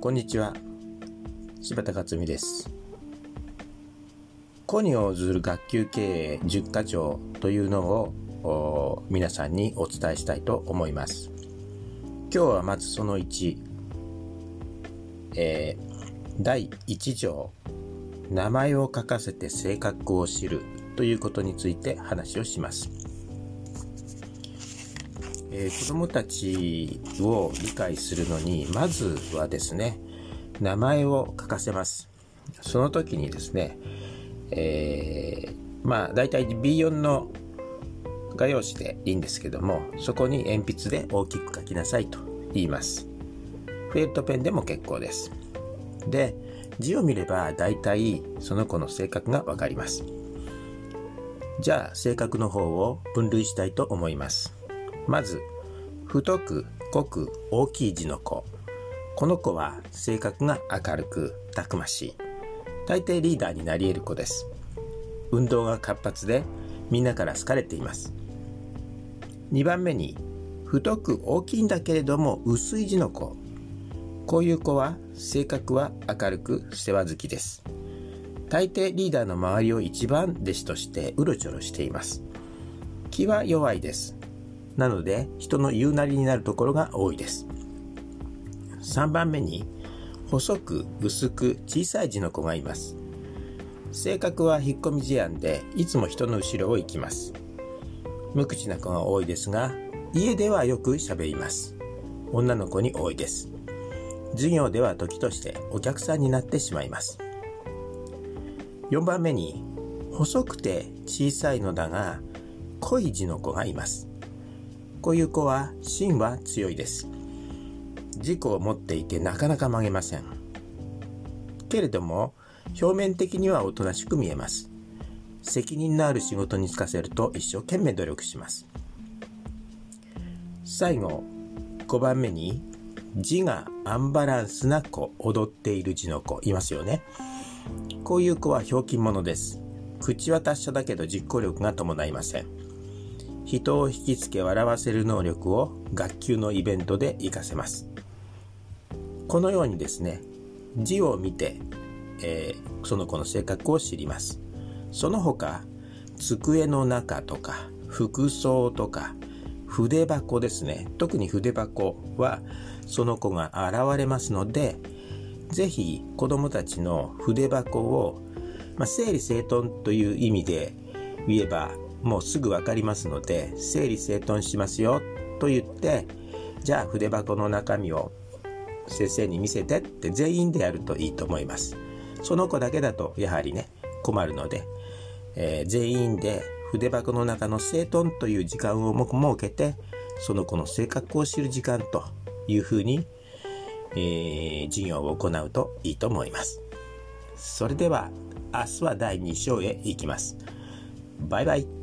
こんにちは、柴田克美です。個に応ずる学級経営10課長というのを皆さんにお伝えしたいと思います。今日はまずその1、第1条、名前を書かせて性格を知るということについて話をします。子どもたちを理解するのにまずはですね、名前を書かせます。その時にですね、だいたい B4 の画用紙でいいんですけども、そこに鉛筆で大きく書きなさいと言います。フェルトペンでも結構です。で、字を見ればだいたいその子の性格がわかります。じゃあ性格の方を分類したいと思います。まず、太く濃く大きい字の子。この子は性格が明るくたくましい。大抵リーダーになり得る子です。運動が活発でみんなから好かれています。2番目に、太く大きいんだけれども薄い字の子。こういう子は性格は明るく世話好きです。大抵リーダーの周りを一番弟子としてうろちょろしています。気は弱いです。なので人の言うなりになるところが多いです。3番目に、細く薄く小さい字の子がいます。性格は引っ込み思案でいつも人の後ろを行きます。無口な子が多いですが、家ではよく喋ります。女の子に多いです。授業では時としてお客さんになってしまいます。4番目に、細くて小さいのだが濃い字の子がいます。こういう子は芯は強いです。自己を持っていてなかなか曲げません。けれども表面的にはおとなしく見えます。責任のある仕事に就かせると一生懸命努力します。最後、5番目に、字がアンバランスな子、踊っている字の子いますよね。こういう子はひょうきん者です。口は達者だけど実行力が伴いません。人を引きつけ笑わせる能力を学級のイベントで活かせます。このようにですね、字を見て、その子の性格を知ります。その他、机の中とか服装とか筆箱ですね。特に筆箱はその子が現れますので、ぜひ子どもたちの筆箱を、整理整頓という意味で言えばもうすぐ分かりますので、整理整頓しますよと言って、じゃあ筆箱の中身を先生に見せてって全員でやるといいと思います。その子だけだとやはりね困るので、全員で筆箱の中の整頓という時間を設けて、その子の性格を知る時間というふうに、授業を行うといいと思います。それでは明日は第2章へ行きます。バイバイ。